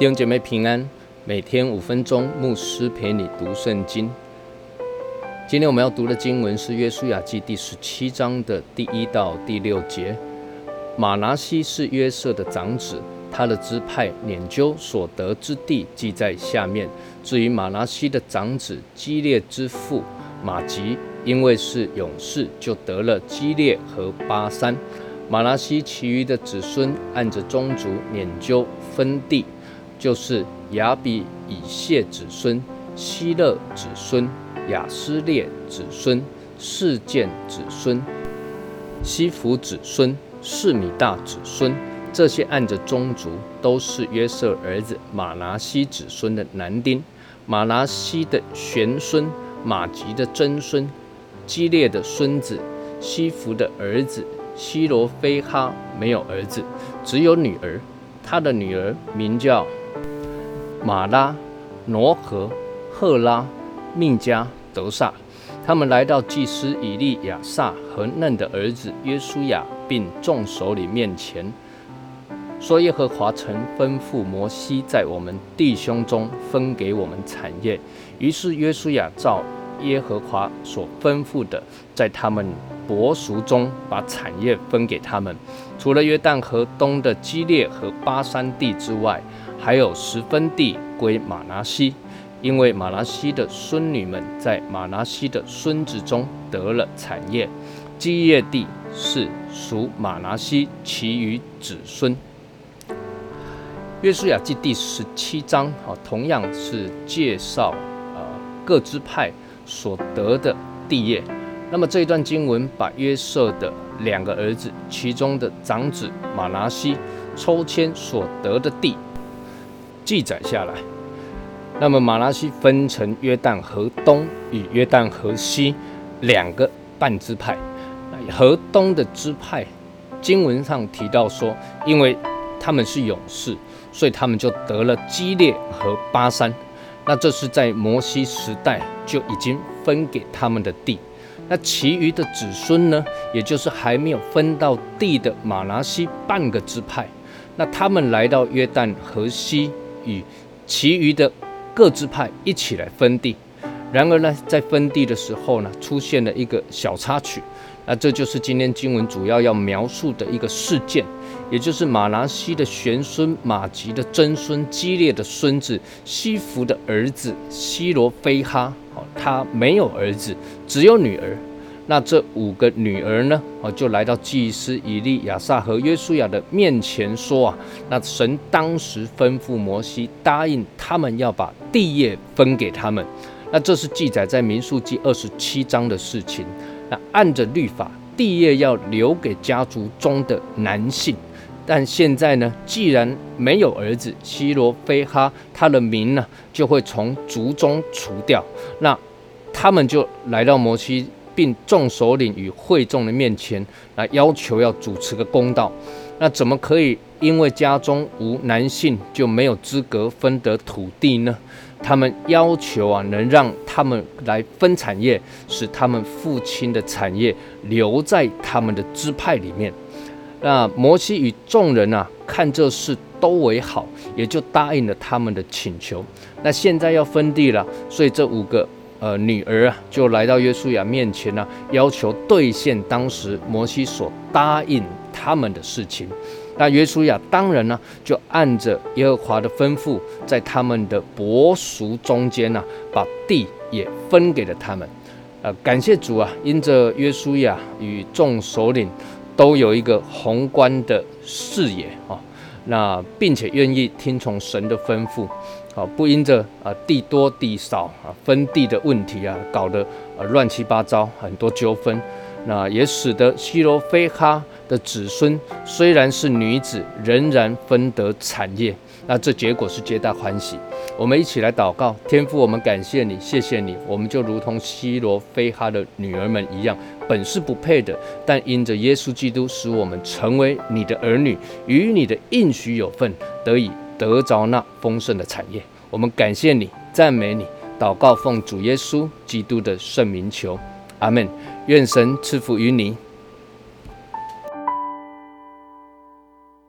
弟兄姐妹平安，每天5分钟，牧师陪你读圣经。今天我们要读的经文是约书亚记第17章的第1到第6节。马拿西是约瑟的长子，他的支派拈阄所得之地记在下面。至于马拿西的长子基列之父马吉，因为是勇士，就得了基列和巴珊。马拿西其余的子孙按着宗族拈阄分地，就是亚比以谢子孙、希勒子孙、亚斯列子孙、示剑子孙、西弗子孙、示米大子孙，这些按着宗族都是约瑟儿子马拿西子孙的男丁。马拿西的玄孙、马吉的曾孙、基列的孙子、西弗的儿子希罗非哈没有儿子，只有女儿。他的女儿名叫玛拉、挪和、赫拉、密加、德萨。他们来到祭司以利亚撒和嫩的儿子约书亚并众首领面前，说：耶和华曾吩咐摩西，在我们弟兄中分给我们产业。于是约书亚照耶和华所吩咐的，在他们伯属中把产业分给他们。除了约旦河东的基列和巴珊地之外，还有10分地归马拿西，因为马拿西的孙女们在马拿西的孙子中得了产业。基业地是属马拿西其余子孙。约书亚记第17章同样是介绍各支派所得的地业。那么这一段经文把约瑟的2个儿子其中的长子马拿西抽签所得的地记载下来。那么马拿西分成约旦河东与约旦河西2个半支派。河东的支派经文上提到说，因为他们是勇士，所以他们就得了基列和巴珊。那这是在摩西时代就已经分给他们的地。那其余的子孙呢，也就是还没有分到地的马拿西半个支派，那他们来到约旦河西，与其余的各支派一起来分地。然而呢，在分地的时候呢，出现了一个小插曲。那这就是今天经文主要描述的一个事件，也就是马拿西的玄孙、马吉的曾孙、基列的孙子、西弗的儿子希罗非哈，他没有儿子，只有女儿。那这5个女儿呢，就来到祭司以利亚撒和约书亚的面前说那神当时吩咐摩西，答应他们要把地业分给他们。那这是记载在民数记27章的事情。那按着律法，地业要留给家族中的男性，但现在呢，既然没有儿子，希罗非哈他的名呢就会从族中除掉。那他们就来到摩西并众首领与会众的面前，来要求要主持个公道。那怎么可以因为家中无男性就没有资格分得土地呢？他们要求能让他们来分产业，使他们父亲的产业留在他们的支派里面。那摩西与众人看这事都为好，也就答应了他们的请求。那现在要分地了，所以这5个女儿就来到约书亚面前要求兑现当时摩西所答应他们的事情。那约书亚当然就按着耶和华的吩咐，在他们的伯属中间把地也分给了他们。感谢主因着约书亚与众首领都有一个宏观的视野那并且愿意听从神的吩咐，不因着地多地少分地的问题搞得乱七八糟，很多纠纷。那也使得希罗非哈的子孙虽然是女子，仍然分得产业。那这结果是皆大欢喜。我们一起来祷告。天父，我们感谢你，谢谢你，我们就如同希罗非哈的女儿们一样，本是不配的，但因着耶稣基督使我们成为你的儿女，与你的应许有份，得以得着那丰盛的产业。我们感谢你，赞美你，祷告奉主耶稣基督的圣名求，阿们。愿神赐福于你。